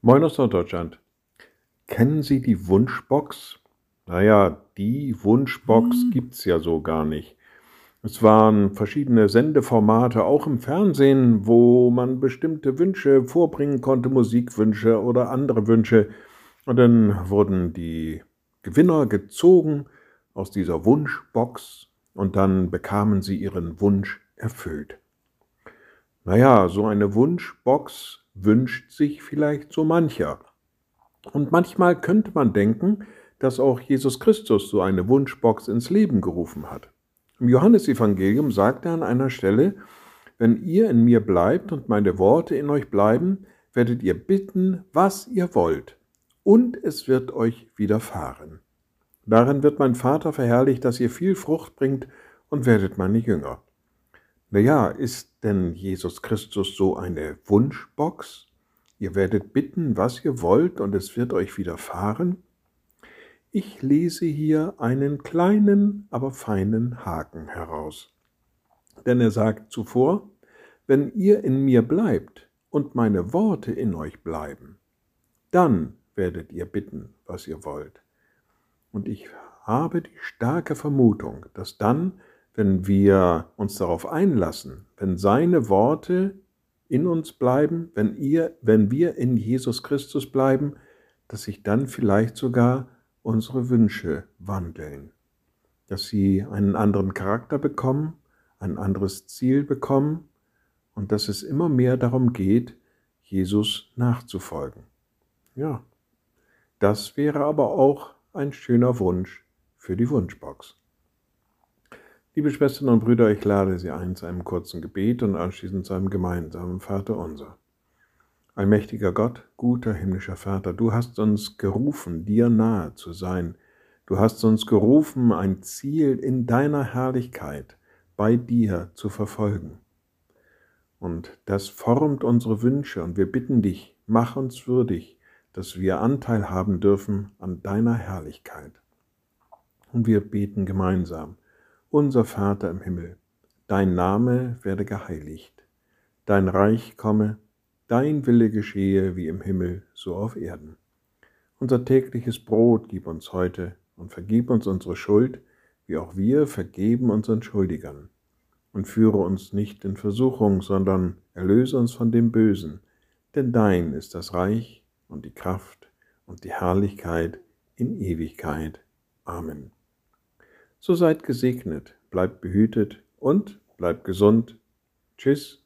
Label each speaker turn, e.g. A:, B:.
A: Moin aus Norddeutschland. Kennen Sie die Wunschbox? Naja, die Wunschbox gibt's ja so gar nicht. Es waren verschiedene Sendeformate, auch im Fernsehen, wo man bestimmte Wünsche vorbringen konnte, Musikwünsche oder andere Wünsche. Und dann wurden die Gewinner gezogen aus dieser Wunschbox und dann bekamen sie ihren Wunsch erfüllt. Naja, so eine Wunschbox wünscht sich vielleicht so mancher. Und manchmal könnte man denken, dass auch Jesus Christus so eine Wunschbox ins Leben gerufen hat. Im Johannesevangelium sagt er an einer Stelle: Wenn ihr in mir bleibt und meine Worte in euch bleiben, werdet ihr bitten, was ihr wollt, und es wird euch widerfahren. Darin wird mein Vater verherrlicht, dass ihr viel Frucht bringt und werdet meine Jünger. Naja, ist denn Jesus Christus so eine Wunschbox? Ihr werdet bitten, was ihr wollt, und es wird euch widerfahren? Ich lese hier einen kleinen, aber feinen Haken heraus. Denn er sagt zuvor: Wenn ihr in mir bleibt und meine Worte in euch bleiben, dann werdet ihr bitten, was ihr wollt. Und ich habe die starke Vermutung, dass dann, wenn wir uns darauf einlassen, wenn seine Worte in uns bleiben, wenn wir in Jesus Christus bleiben, dass sich dann vielleicht sogar unsere Wünsche wandeln, dass sie einen anderen Charakter bekommen, ein anderes Ziel bekommen und dass es immer mehr darum geht, Jesus nachzufolgen. Ja, das wäre aber auch ein schöner Wunsch für die Wunschbox. Liebe Schwestern und Brüder, ich lade Sie ein zu einem kurzen Gebet und anschließend zu einem gemeinsamen Vaterunser. Allmächtiger Gott, guter himmlischer Vater, du hast uns gerufen, dir nahe zu sein. Du hast uns gerufen, ein Ziel in deiner Herrlichkeit bei dir zu verfolgen. Und das formt unsere Wünsche und wir bitten dich, mach uns würdig, dass wir Anteil haben dürfen an deiner Herrlichkeit. Und wir beten gemeinsam: Unser Vater im Himmel, dein Name werde geheiligt, dein Reich komme, dein Wille geschehe wie im Himmel, so auf Erden. Unser tägliches Brot gib uns heute und vergib uns unsere Schuld, wie auch wir vergeben unseren Schuldigern. Und führe uns nicht in Versuchung, sondern erlöse uns von dem Bösen. Denn dein ist das Reich und die Kraft und die Herrlichkeit in Ewigkeit. Amen. So seid gesegnet, bleibt behütet und bleibt gesund. Tschüss.